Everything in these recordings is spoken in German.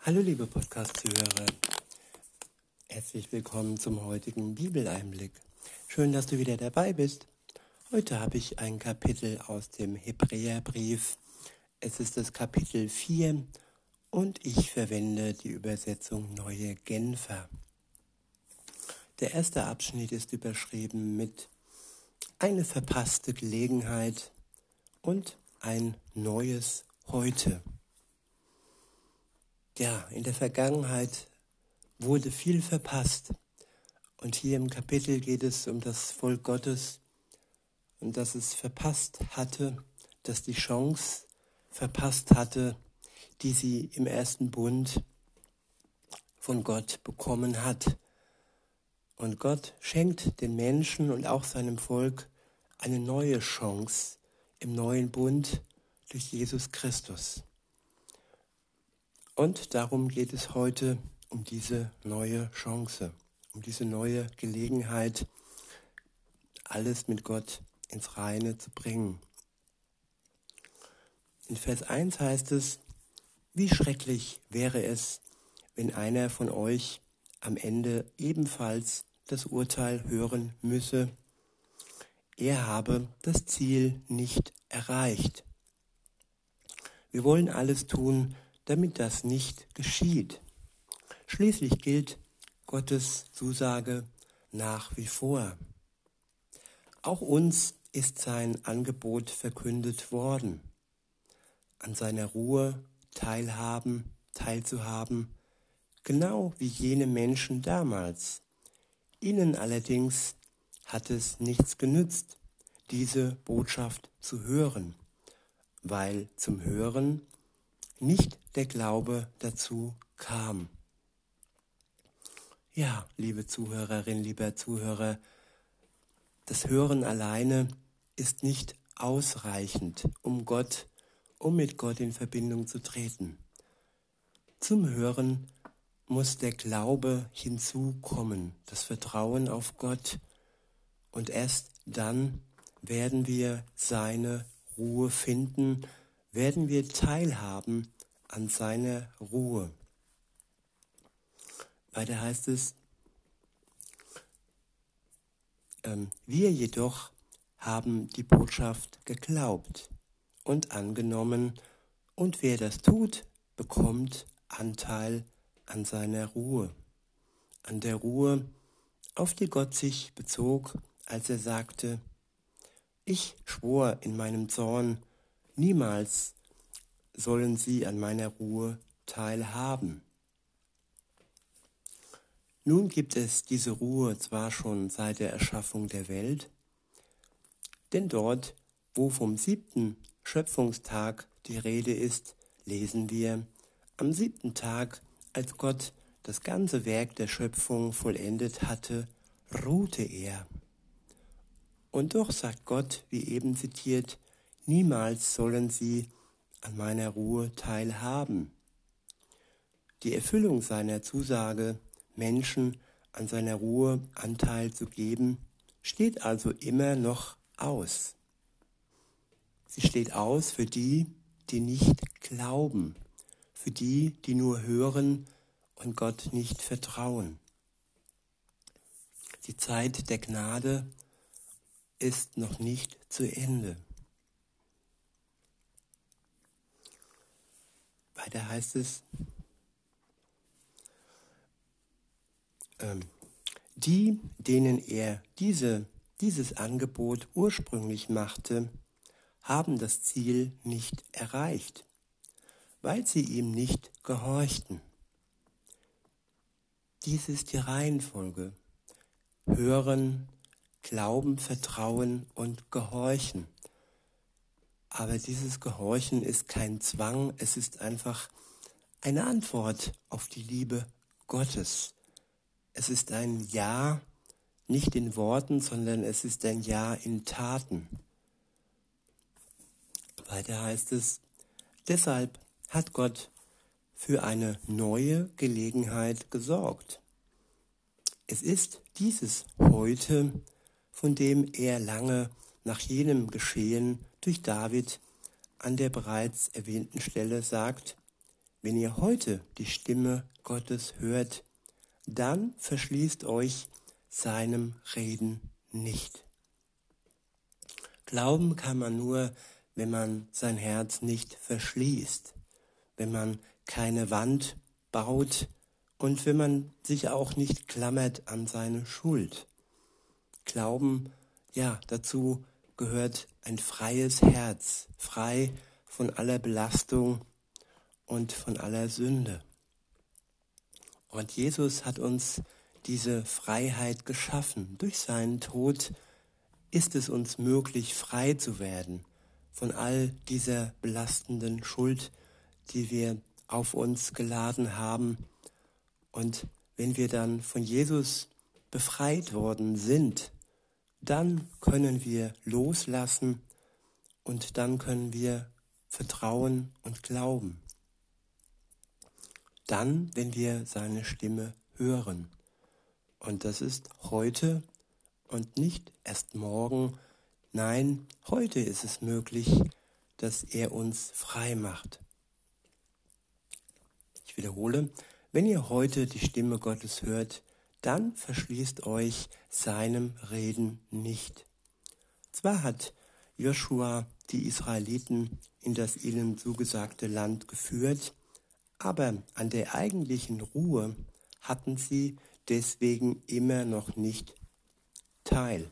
Hallo liebe Podcast-Zuhörer, herzlich willkommen zum heutigen Bibeleinblick. Schön, dass du wieder dabei bist. Heute habe ich ein Kapitel aus dem Hebräerbrief. Es ist das Kapitel 4 und ich verwende die Übersetzung Neue Genfer. Der erste Abschnitt ist überschrieben mit eine verpasste Gelegenheit und ein neues Heute. Ja, in der Vergangenheit wurde viel verpasst. Und hier im Kapitel geht es um das Volk Gottes und dass es verpasst hatte, dass die Chance verpasst hatte, die sie im ersten Bund von Gott bekommen hat. Und Gott schenkt den Menschen und auch seinem Volk eine neue Chance im neuen Bund durch Jesus Christus. Und darum geht es heute um diese neue Chance, um diese neue Gelegenheit, alles mit Gott ins Reine zu bringen. In Vers 1 heißt es, wie schrecklich wäre es, wenn einer von euch am Ende ebenfalls das Urteil hören müsse, er habe das Ziel nicht erreicht. Wir wollen alles tun, damit das nicht geschieht. Schließlich gilt Gottes Zusage nach wie vor. Auch uns ist sein Angebot verkündet worden, an seiner Ruhe teilzuhaben, genau wie jene Menschen damals. Ihnen allerdings hat es nichts genützt, diese Botschaft zu hören, weil zum Hören nicht der Glaube dazu kam. Ja, liebe Zuhörerin, lieber Zuhörer, das Hören alleine ist nicht ausreichend, um mit Gott in Verbindung zu treten. Zum Hören muss der Glaube hinzukommen, das Vertrauen auf Gott, und erst dann werden wir seine Ruhe finden, werden wir teilhaben an seiner Ruhe. Weiter heißt es, wir jedoch haben die Botschaft geglaubt und angenommen, und wer das tut, bekommt Anteil an seiner Ruhe, an der Ruhe, auf die Gott sich bezog, als er sagte, ich schwor in meinem Zorn, niemals sollen sie an meiner Ruhe teilhaben. Nun gibt es diese Ruhe zwar schon seit der Erschaffung der Welt, denn dort, wo vom 7. Schöpfungstag die Rede ist, lesen wir, am 7. Tag, als Gott das ganze Werk der Schöpfung vollendet hatte, ruhte er. Und doch sagt Gott, wie eben zitiert, niemals sollen sie an meiner Ruhe teilhaben. Die Erfüllung seiner Zusage, Menschen an seiner Ruhe Anteil zu geben, steht also immer noch aus. Sie steht aus für die, die nicht glauben, für die, die nur hören und Gott nicht vertrauen. Die Zeit der Gnade ist noch nicht zu Ende. Weiter heißt es, die, denen er dieses Angebot ursprünglich machte, haben das Ziel nicht erreicht, weil sie ihm nicht gehorchten. Dies ist die Reihenfolge. Hören, Glauben, Vertrauen und Gehorchen. Aber dieses Gehorchen ist kein Zwang, es ist einfach eine Antwort auf die Liebe Gottes. Es ist ein Ja, nicht in Worten, sondern es ist ein Ja in Taten. Weiter heißt es, deshalb hat Gott für eine neue Gelegenheit gesorgt. Es ist dieses Heute, von dem er lange nach jenem Geschehen durch David an der bereits erwähnten Stelle sagt, wenn ihr heute die Stimme Gottes hört, dann verschließt euch seinem Reden nicht. Glauben kann man nur, wenn man sein Herz nicht verschließt, wenn man keine Wand baut und wenn man sich auch nicht klammert an seine Schuld. Glauben, ja, dazu gehört ein freies Herz, frei von aller Belastung und von aller Sünde. Und Jesus hat uns diese Freiheit geschaffen. Durch seinen Tod ist es uns möglich, frei zu werden von all dieser belastenden Schuld, die wir auf uns geladen haben. Und wenn wir dann von Jesus befreit worden sind, dann können wir loslassen und dann können wir vertrauen und glauben. Dann, wenn wir seine Stimme hören. Und das ist heute und nicht erst morgen. Nein, heute ist es möglich, dass er uns frei macht. Ich wiederhole, wenn ihr heute die Stimme Gottes hört, dann verschließt euch seinem Reden nicht. Zwar hat Joshua die Israeliten in das ihnen zugesagte Land geführt, aber an der eigentlichen Ruhe hatten sie deswegen immer noch nicht teil.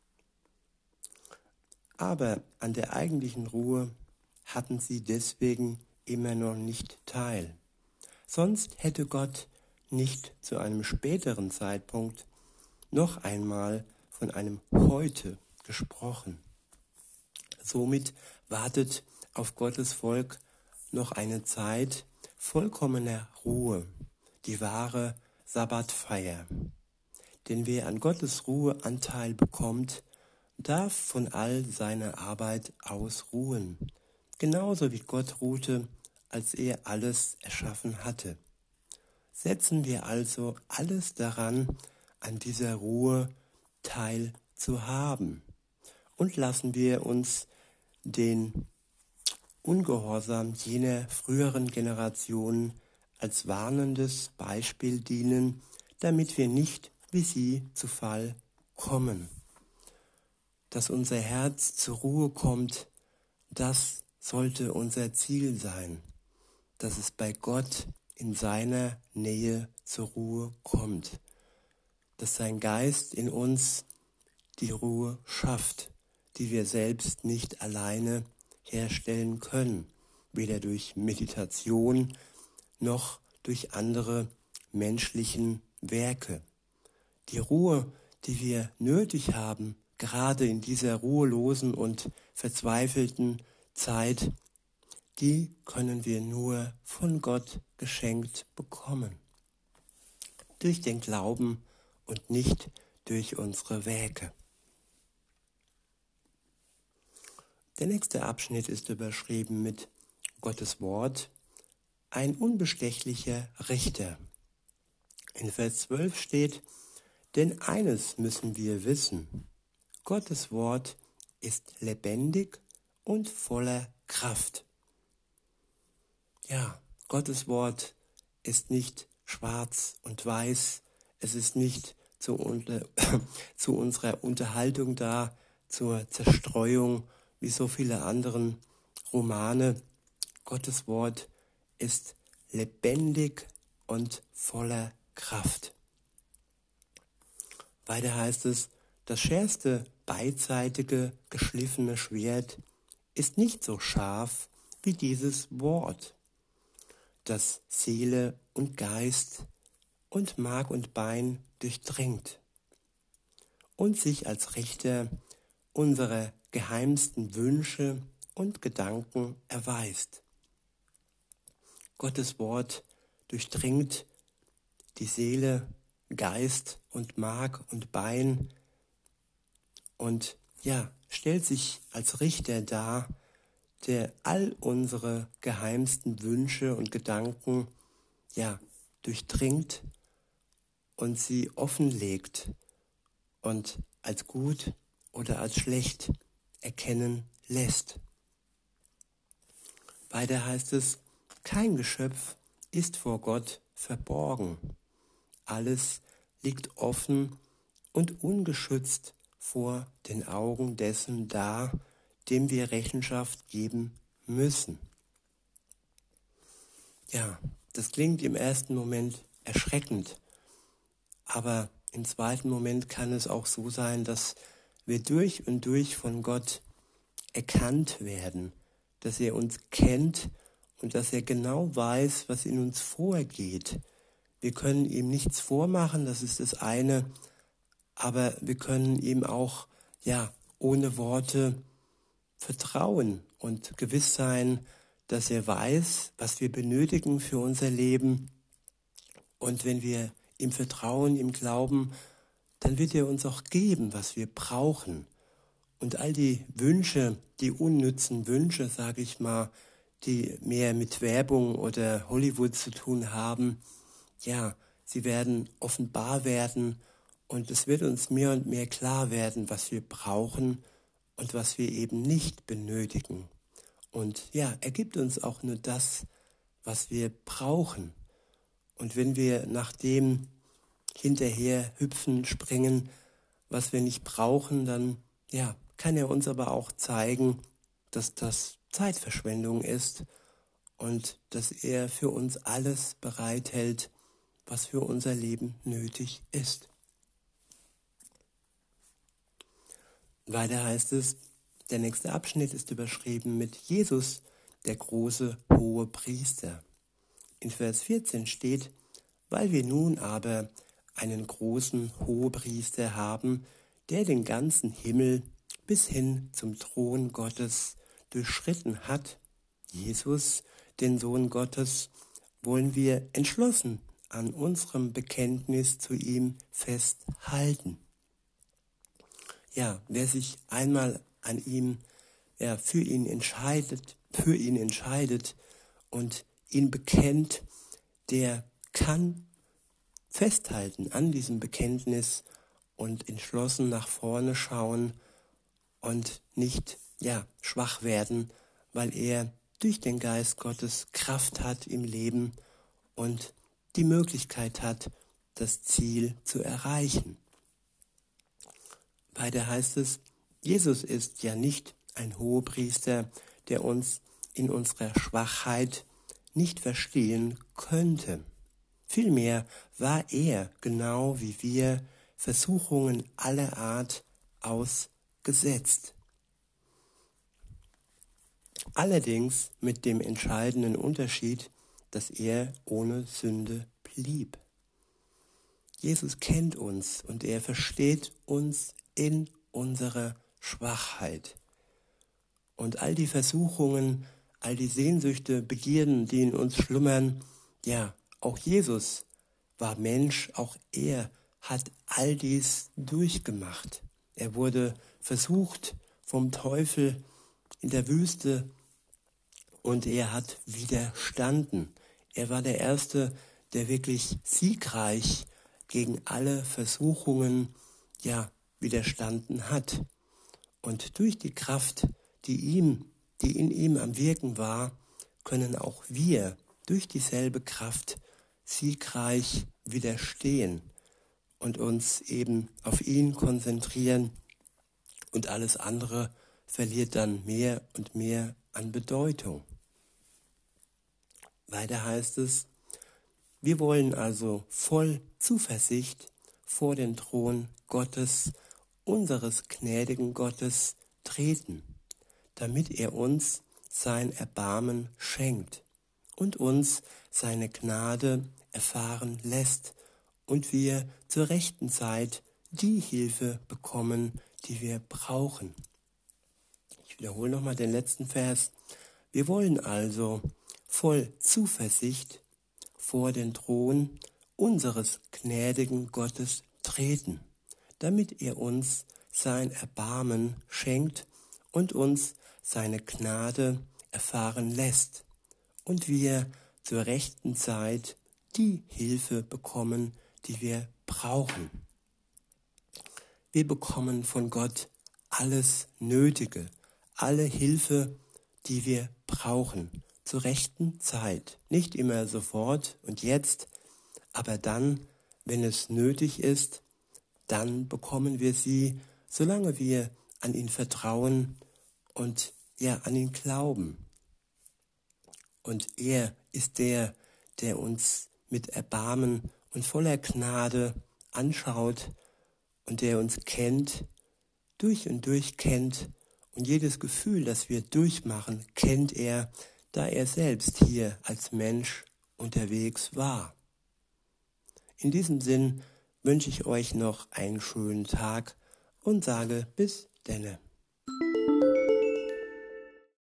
Aber an der eigentlichen Ruhe hatten sie deswegen immer noch nicht teil. Sonst hätte Gott nicht zu einem späteren Zeitpunkt noch einmal von einem Heute gesprochen. Somit wartet auf Gottes Volk noch eine Zeit vollkommener Ruhe, die wahre Sabbatfeier. Denn wer an Gottes Ruhe Anteil bekommt, darf von all seiner Arbeit ausruhen, genauso wie Gott ruhte, als er alles erschaffen hatte. Setzen wir also alles daran, an dieser Ruhe teilzuhaben und lassen wir uns den Ungehorsam jener früheren Generationen als warnendes Beispiel dienen, damit wir nicht wie sie zu Fall kommen. Dass unser Herz zur Ruhe kommt, das sollte unser Ziel sein, dass es bei Gott in seiner Nähe zur Ruhe kommt, dass sein Geist in uns die Ruhe schafft, die wir selbst nicht alleine herstellen können, weder durch Meditation noch durch andere menschlichen Werke. Die Ruhe, die wir nötig haben, gerade in dieser ruhelosen und verzweifelten Zeit, die können wir nur von Gott geschenkt bekommen. Durch den Glauben und nicht durch unsere Werke. Der nächste Abschnitt ist überschrieben mit Gottes Wort, ein unbestechlicher Richter. In Vers 12 steht, denn eines müssen wir wissen, Gottes Wort ist lebendig und voller Kraft. Ja, Gottes Wort ist nicht schwarz und weiß, es ist nicht zu unserer Unterhaltung da, zur Zerstreuung, wie so viele anderen Romane. Gottes Wort ist lebendig und voller Kraft. Weiter heißt es, das schärfste beidseitige geschliffene Schwert ist nicht so scharf wie dieses Wort, das Seele und Geist und Mark und Bein durchdringt und sich als Richter unserer geheimsten Wünsche und Gedanken erweist. Gottes Wort durchdringt die Seele, Geist und Mark und Bein und stellt sich als Richter dar, der all unsere geheimsten Wünsche und Gedanken durchdringt und sie offenlegt und als gut oder als schlecht erkennen lässt. Weiter heißt es, kein Geschöpf ist vor Gott verborgen. Alles liegt offen und ungeschützt vor den Augen dessen da, dem wir Rechenschaft geben müssen. Ja, das klingt im ersten Moment erschreckend, aber im zweiten Moment kann es auch so sein, dass wir durch und durch von Gott erkannt werden, dass er uns kennt und dass er genau weiß, was in uns vorgeht. Wir können ihm nichts vormachen, das ist das eine, aber wir können ihm auch, ohne Worte vertrauen und gewiss sein, dass er weiß, was wir benötigen für unser Leben. Und wenn wir ihm vertrauen, ihm glauben, dann wird er uns auch geben, was wir brauchen. Und all die Wünsche, die unnützen Wünsche, sage ich mal, die mehr mit Werbung oder Hollywood zu tun haben, sie werden offenbar werden und es wird uns mehr und mehr klar werden, was wir brauchen und was wir eben nicht benötigen. Und er gibt uns auch nur das, was wir brauchen. Und wenn wir nach dem hinterher hüpfen, springen, was wir nicht brauchen, dann kann er uns aber auch zeigen, dass das Zeitverschwendung ist und dass er für uns alles bereithält, was für unser Leben nötig ist. Weiter heißt es, der nächste Abschnitt ist überschrieben mit Jesus, der große hohe Priester. In Vers 14 steht, weil wir nun aber einen großen Hohepriester haben, der den ganzen Himmel bis hin zum Thron Gottes durchschritten hat, Jesus, den Sohn Gottes, wollen wir entschlossen an unserem Bekenntnis zu ihm festhalten. Wer sich einmal an ihm, für ihn entscheidet und ihn bekennt, der kann festhalten an diesem Bekenntnis und entschlossen nach vorne schauen und nicht schwach werden, weil er durch den Geist Gottes Kraft hat im Leben und die Möglichkeit hat, das Ziel zu erreichen. Weiter heißt es, Jesus ist ja nicht ein Hohepriester, der uns in unserer Schwachheit nicht verstehen könnte. Vielmehr war er, genau wie wir, Versuchungen aller Art ausgesetzt. Allerdings mit dem entscheidenden Unterschied, dass er ohne Sünde blieb. Jesus kennt uns und er versteht uns in unserer Schwachheit. Und all die Versuchungen, all die Sehnsüchte, Begierden, die in uns schlummern, auch Jesus war Mensch, auch er hat all dies durchgemacht. Er wurde versucht vom Teufel in der Wüste und er hat widerstanden. Er war der Erste, der wirklich siegreich gegen alle Versuchungen widerstanden hat. Und durch die Kraft, die in ihm am Wirken war, können auch wir durch dieselbe Kraft siegreich widerstehen und uns eben auf ihn konzentrieren und alles andere verliert dann mehr und mehr an Bedeutung. Weiter heißt es, wir wollen also voll Zuversicht vor den Thron Gottes, unseres gnädigen Gottes, treten, damit er uns sein Erbarmen schenkt und uns seine Gnade erfahren lässt und wir zur rechten Zeit die Hilfe bekommen, die wir brauchen. Ich wiederhole nochmal den letzten Vers. Wir wollen also voll Zuversicht vor den Thron unseres gnädigen Gottes treten, damit er uns sein Erbarmen schenkt und uns seine Gnade erfahren lässt und wir zur rechten Zeit die Hilfe bekommen, die wir brauchen. Wir bekommen von Gott alles Nötige, alle Hilfe, die wir brauchen, zur rechten Zeit. Nicht immer sofort und jetzt, aber dann, wenn es nötig ist, dann bekommen wir sie, solange wir an ihn vertrauen und an ihn glauben. Und er ist der, der uns mit Erbarmen und voller Gnade anschaut und der uns kennt, durch und durch kennt. Und jedes Gefühl, das wir durchmachen, kennt er, da er selbst hier als Mensch unterwegs war. In diesem Sinn wünsche ich euch noch einen schönen Tag und sage bis denne.